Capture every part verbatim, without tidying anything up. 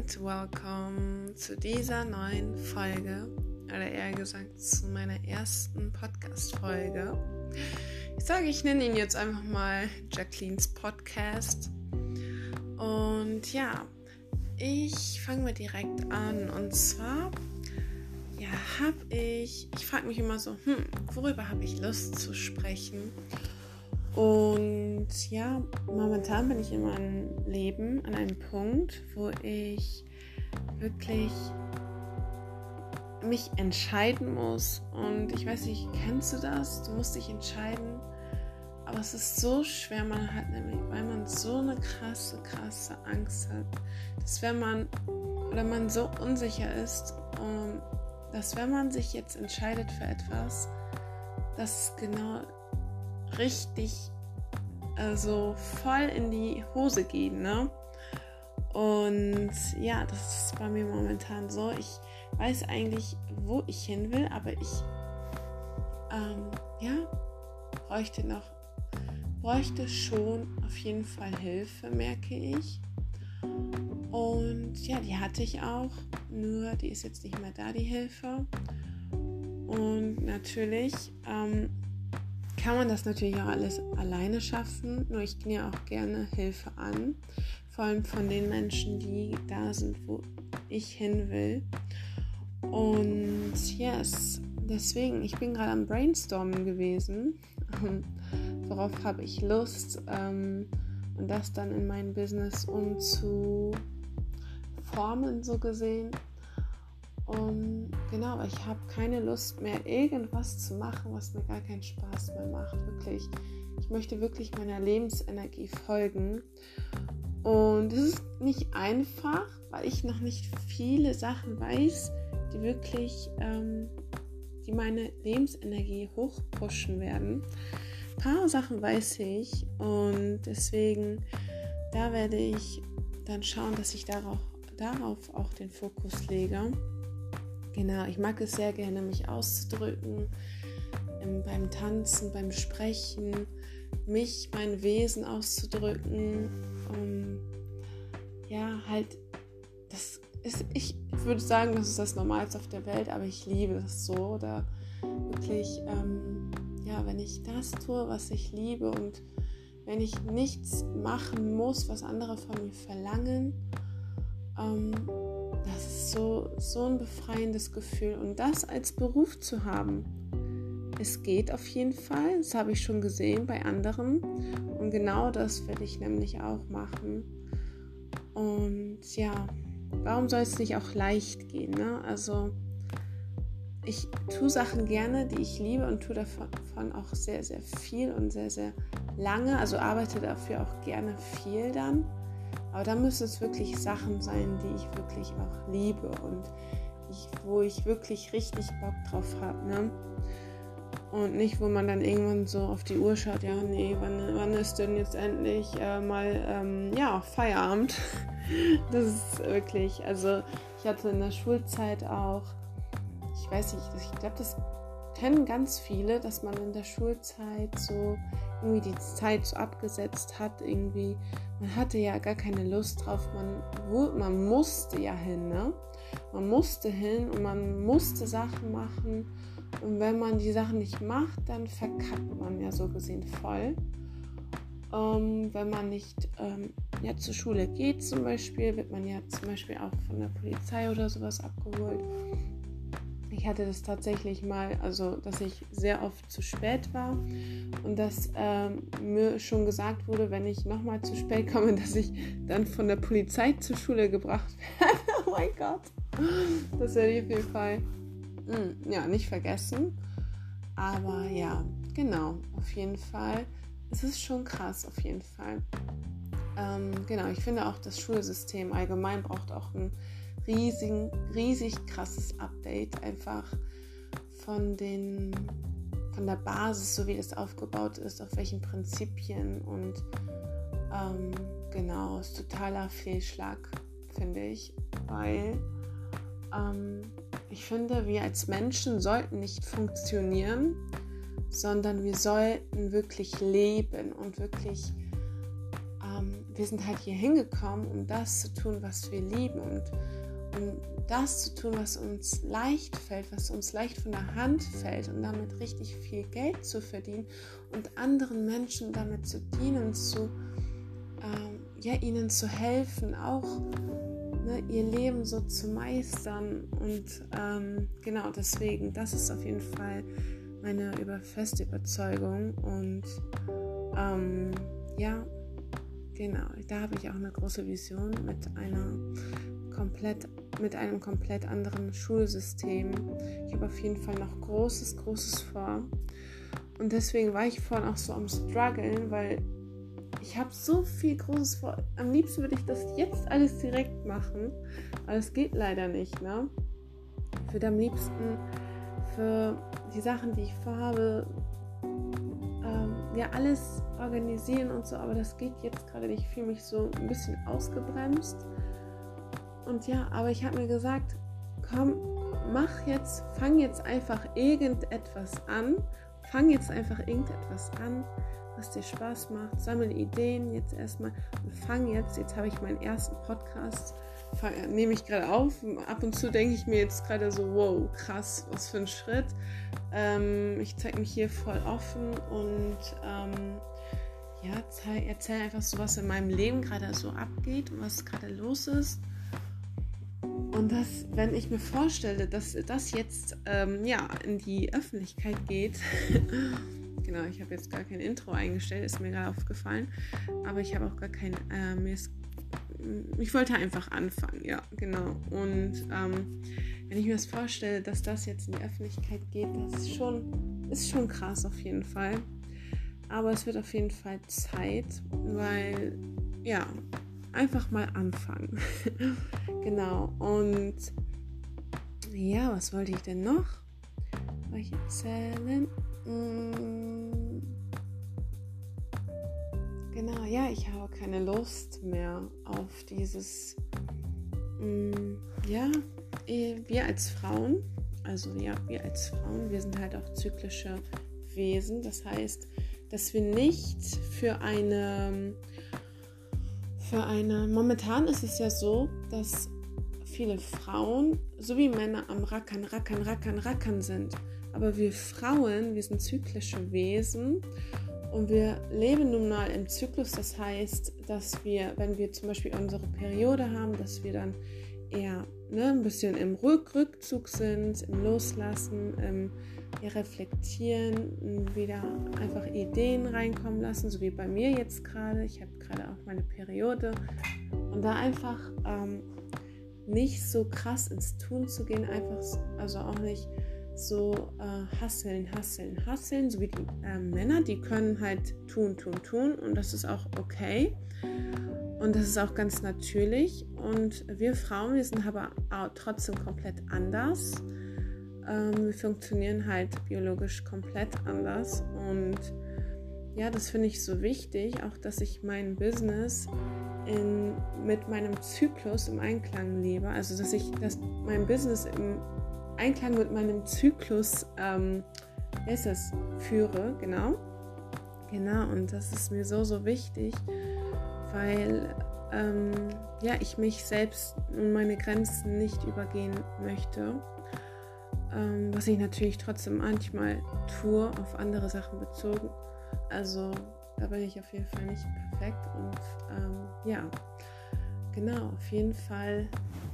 and welcome zu dieser neuen Folge, oder eher gesagt zu meiner ersten Podcast-Folge. Ich sage, ich nenne ihn jetzt einfach mal Jacquelines Podcast. Und ja, ich fange mal direkt an. Und zwar, ja, habe ich, ich frage mich immer so, hm, worüber habe ich Lust zu sprechen? Und ja, momentan bin ich in meinem Leben an einem Punkt, wo ich wirklich mich entscheiden muss. Und ich weiß nicht, kennst du das? Du musst dich entscheiden. Aber es ist so schwer, man hat nämlich, weil man so eine krasse, krasse Angst hat, dass wenn man, oder man so unsicher ist, um, dass wenn man sich jetzt entscheidet für etwas, dass es genau richtig, also voll in die Hose geht, ne? Und ja, das ist bei mir momentan so. Ich weiß eigentlich, wo ich hin will, aber ich ähm, ja, bräuchte noch, bräuchte schon auf jeden Fall Hilfe, merke ich. Und ja, die hatte ich auch, nur die ist jetzt nicht mehr da, die Hilfe. Und natürlich ähm, kann man das natürlich auch alles alleine schaffen, nur ich nehme auch gerne Hilfe an, vor allem von den Menschen, die da sind, wo ich hin will. Und yes, deswegen, ich bin gerade am Brainstormen gewesen, worauf habe ich Lust, ähm, und das dann in mein Business umzuformen, so gesehen. Und genau, ich habe keine Lust mehr, irgendwas zu machen, was mir gar keinen Spaß mehr macht, wirklich. Ich möchte wirklich meiner Lebensenergie folgen. Und es ist nicht einfach, weil ich noch nicht viele Sachen weiß, die wirklich, ähm, die meine Lebensenergie hochpushen werden. Ein paar Sachen weiß ich und deswegen, da werde ich dann schauen, dass ich darauf, darauf auch den Fokus lege. Genau, ich mag es sehr gerne, mich auszudrücken, ähm, beim Tanzen, beim Sprechen, mich, mein Wesen auszudrücken. Um, ja, halt, das ist, ich würde sagen, das ist das Normalste auf der Welt, aber ich liebe es so. Oder wirklich, ähm, ja, wenn ich das tue, was ich liebe und wenn ich nichts machen muss, was andere von mir verlangen, ähm, das ist so, so ein befreiendes Gefühl. Und das als Beruf zu haben, es geht auf jeden Fall. Das habe ich schon gesehen bei anderen. Und genau das werde ich nämlich auch machen. Und ja, warum soll es nicht auch leicht gehen, ne? Also ich tue Sachen gerne, die ich liebe und tue davon auch sehr, sehr viel und sehr, sehr lange. Also arbeite dafür auch gerne viel dann. Aber da müssen es wirklich Sachen sein, die ich wirklich auch liebe und ich, wo ich wirklich richtig Bock drauf habe, ne? Und nicht, wo man dann irgendwann so auf die Uhr schaut, ja, nee, wann, wann ist denn jetzt endlich äh, mal, ähm, ja, Feierabend? Das ist wirklich, also ich hatte in der Schulzeit auch, ich weiß nicht, ich glaube, das kennen ganz viele, dass man in der Schulzeit so irgendwie die Zeit so abgesetzt hat, irgendwie, man hatte ja gar keine Lust drauf, man, wo, man musste ja hin, ne? Man musste hin und man musste Sachen machen und wenn man die Sachen nicht macht, dann verkackt man ja so gesehen voll. Ähm, wenn man nicht ähm, ja, zur Schule geht zum Beispiel, wird man ja zum Beispiel auch von der Polizei oder sowas abgeholt. Ich hatte das tatsächlich mal, also dass ich sehr oft zu spät war und dass ähm, mir schon gesagt wurde, wenn ich nochmal zu spät komme, dass ich dann von der Polizei zur Schule gebracht werde. Oh mein Gott. Das werde ich auf jeden Fall mh, ja, nicht vergessen. Aber ja, genau, auf jeden Fall. Es ist schon krass, auf jeden Fall. Ähm, genau, ich finde auch, das Schulsystem allgemein braucht auch ein riesig, riesig krasses Update, einfach von den, von der Basis, so wie es aufgebaut ist, auf welchen Prinzipien und ähm, genau, ist totaler Fehlschlag, finde ich, weil ähm, ich finde, wir als Menschen sollten nicht funktionieren, sondern wir sollten wirklich leben und wirklich ähm, ähm, wir sind halt hier hingekommen, um das zu tun, was wir lieben und um das zu tun, was uns leicht fällt, was uns leicht von der Hand fällt und damit richtig viel Geld zu verdienen und anderen Menschen damit zu dienen, zu, ähm, ja, ihnen zu helfen, auch ne, ihr Leben so zu meistern. Und ähm, genau deswegen, das ist auf jeden Fall meine über feste Überzeugung. Und ähm, ja, genau, da habe ich auch eine große Vision mit einer komplett mit einem komplett anderen Schulsystem. Ich habe auf jeden Fall noch Großes, Großes vor. Und deswegen war ich vorhin auch so am struggeln, weil ich habe so viel Großes vor. Am liebsten würde ich das jetzt alles direkt machen, aber es geht leider nicht, ne? Ich würde am liebsten für die Sachen, die ich vorhabe, ähm, ja alles organisieren und so, aber das geht jetzt gerade nicht. Ich fühle mich so ein bisschen ausgebremst. Und ja, aber ich habe mir gesagt, komm, mach jetzt, fang jetzt einfach irgendetwas an. Fang jetzt einfach irgendetwas an, was dir Spaß macht. Sammle Ideen jetzt erstmal und fang jetzt. Jetzt habe ich meinen ersten Podcast, fang, nehme ich gerade auf. Ab und zu denke ich mir jetzt gerade so, wow, krass, was für ein Schritt. Ähm, ich zeige mich hier voll offen und ähm, ja, erzähle einfach so, was in meinem Leben gerade so abgeht und was gerade los ist. Und das, wenn ich mir vorstelle, dass das jetzt ähm, ja, in die Öffentlichkeit geht, genau, ich habe jetzt gar kein Intro eingestellt, ist mir gerade aufgefallen, aber ich habe auch gar kein, äh, mir ist, ich wollte einfach anfangen, ja, genau. Und ähm, wenn ich mir das vorstelle, dass das jetzt in die Öffentlichkeit geht, das ist schon, ist schon krass auf jeden Fall. Aber es wird auf jeden Fall Zeit, weil, ja, einfach mal anfangen. Genau. Und ja, was wollte ich denn noch euch erzählen? Hm. Genau, ja, ich habe keine Lust mehr auf dieses, hm, ja, wir als Frauen, also ja, wir als Frauen, wir sind halt auch zyklische Wesen. Das heißt, dass wir nicht für eine Für eine, momentan ist es ja so, dass viele Frauen, so wie Männer, am Rackern, Rackern, Rackern, Rackern sind. Aber wir Frauen, wir sind zyklische Wesen und wir leben nun mal im Zyklus. Das heißt, dass wir, wenn wir zum Beispiel unsere Periode haben, dass wir dann eher ne, ein bisschen im Rück- Rückzug sind, im Loslassen, im ja, Reflektieren, wieder einfach Ideen reinkommen lassen, so wie bei mir jetzt gerade. Ich habe gerade auch meine Periode und da einfach ähm, nicht so krass ins Tun zu gehen, einfach, also auch nicht so äh, hasseln, hasseln, hasseln, so wie die äh, Männer, die können halt tun, tun, tun und das ist auch okay. Und das ist auch ganz natürlich. Und wir Frauen, wir sind aber auch trotzdem komplett anders. Ähm, wir funktionieren halt biologisch komplett anders. Und ja, das finde ich so wichtig, auch dass ich mein Business in, mit meinem Zyklus im Einklang lebe. Also dass ich dass mein Business im Einklang mit meinem Zyklus ähm, wie ist es, führe. Genau. Genau, und das ist mir so, so wichtig, weil ähm, ja, ich mich selbst und meine Grenzen nicht übergehen möchte, ähm, was ich natürlich trotzdem manchmal tue, auf andere Sachen bezogen. Also da bin ich auf jeden Fall nicht perfekt und ähm, ja, genau, auf jeden Fall,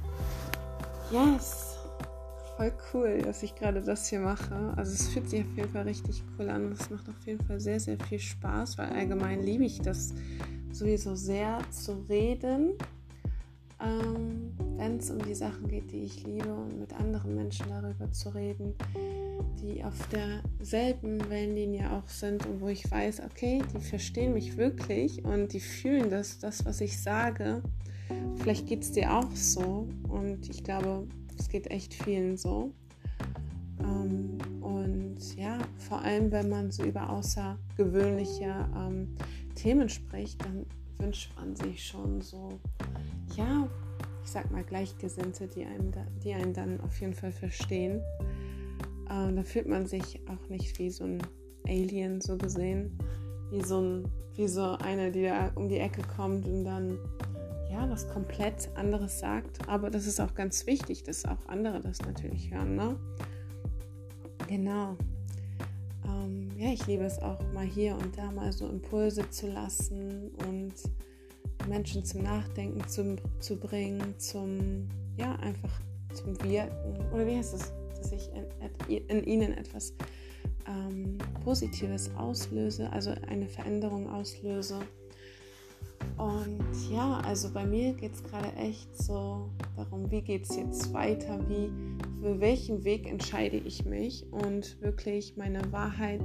yes, voll cool, dass ich gerade das hier mache. Also es fühlt sich auf jeden Fall richtig cool an und es macht auf jeden Fall sehr, sehr viel Spaß, weil allgemein liebe ich das sowieso sehr zu reden, ähm, wenn es um die Sachen geht, die ich liebe und mit anderen Menschen darüber zu reden, die auf derselben Wellenlinie auch sind und wo ich weiß, okay, die verstehen mich wirklich und die fühlen das, das, was ich sage. Vielleicht geht es dir auch so und ich glaube, es geht echt vielen so. Ähm, und ja, vor allem, wenn man so über außergewöhnliche ähm, Themen spricht, dann wünscht man sich schon so, ja, ich sag mal Gleichgesinnte, die einen, da, die einen dann auf jeden Fall verstehen. Äh, da fühlt man sich auch nicht wie so ein Alien so gesehen. wie so, ein, wie so eine, die da um die Ecke kommt und dann ja, was komplett anderes sagt. Aber das ist auch ganz wichtig, dass auch andere das natürlich hören, ne? Genau. Ähm, ja, ich liebe es auch mal hier und da mal so Impulse zu lassen und Menschen zum Nachdenken zu, zu bringen, zum, ja, einfach zum Wirken. Oder wie heißt es? Dass ich in, in ihnen etwas ähm, Positives auslöse, also eine Veränderung auslöse. Und ja, also bei mir geht es gerade echt so darum, wie geht es jetzt weiter, wie, für welchen Weg entscheide ich mich und wirklich meine Wahrheit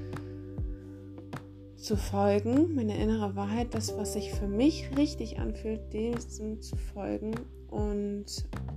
zu folgen, meine innere Wahrheit, das, was sich für mich richtig anfühlt, diesem zu folgen und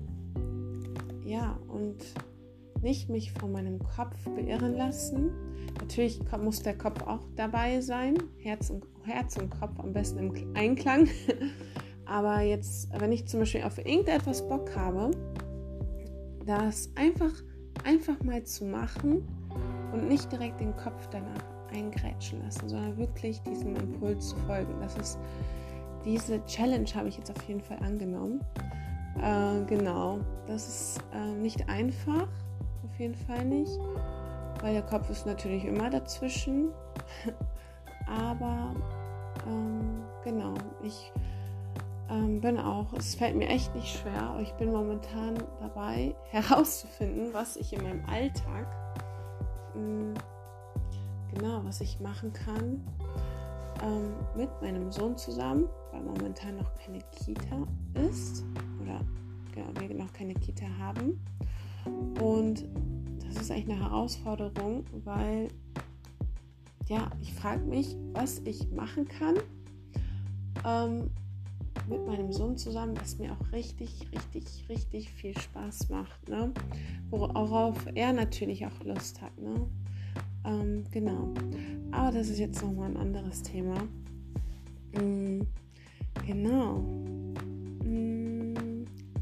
ja, und nicht mich von meinem Kopf beirren lassen. Natürlich muss der Kopf auch dabei sein, Herz und, Herz und Kopf am besten im Einklang. Aber jetzt, wenn ich zum Beispiel auf irgendetwas Bock habe, das einfach, einfach mal zu machen und nicht direkt den Kopf danach eingrätschen lassen, sondern wirklich diesem Impuls zu folgen. Das ist, diese Challenge habe ich jetzt auf jeden Fall angenommen. Äh, genau, das ist äh, nicht einfach, auf jeden Fall nicht, weil der Kopf ist natürlich immer dazwischen, aber ähm, genau, ich ähm, bin auch, es fällt mir echt nicht schwer, aber ich bin momentan dabei herauszufinden, was ich in meinem Alltag mh, genau, was ich machen kann ähm, mit meinem Sohn zusammen, weil momentan noch keine Kita ist oder genau, wir noch keine Kita haben. Und das ist echt eine Herausforderung, weil ja, ich frage mich, was ich machen kann ähm, mit meinem Sohn zusammen, das mir auch richtig, richtig, richtig viel Spaß macht, ne? Worauf er natürlich auch Lust hat, ne? Ähm, genau. Aber das ist jetzt nochmal ein anderes Thema. Mm, genau. Mm,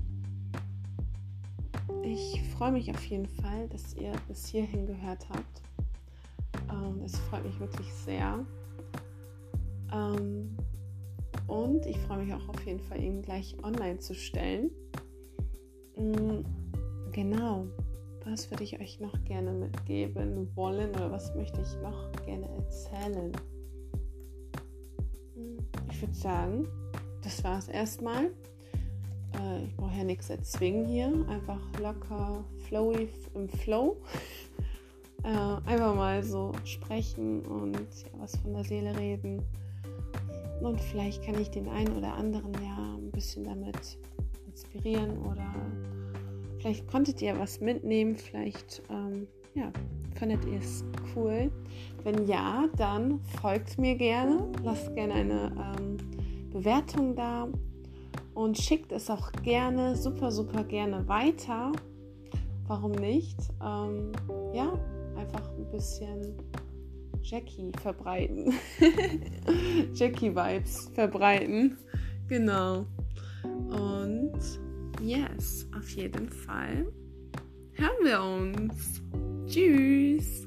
ich freue mich auf jeden Fall, dass ihr bis hierhin gehört habt. Ähm, das freut mich wirklich sehr. Ähm, und ich freue mich auch auf jeden Fall, ihn gleich online zu stellen. Mm, genau. Was würde ich euch noch gerne mitgeben wollen oder was möchte ich noch gerne erzählen? Ich würde sagen, das war es erstmal. Äh, ich brauche ja nichts erzwingen hier. Einfach locker, flowy im Flow. äh, einfach mal so sprechen und ja, was von der Seele reden. Und vielleicht kann ich den einen oder anderen ja ein bisschen damit inspirieren oder vielleicht konntet ihr was mitnehmen, vielleicht ähm, ja, fandet ihr es cool. Wenn ja, dann folgt mir gerne, lasst gerne eine ähm, Bewertung da und schickt es auch gerne, super, super gerne weiter. Warum nicht? Ähm, ja, einfach ein bisschen Jackie verbreiten. Jackie-Vibes verbreiten. Genau. Und yes, auf jeden Fall hören wir uns. Tschüss.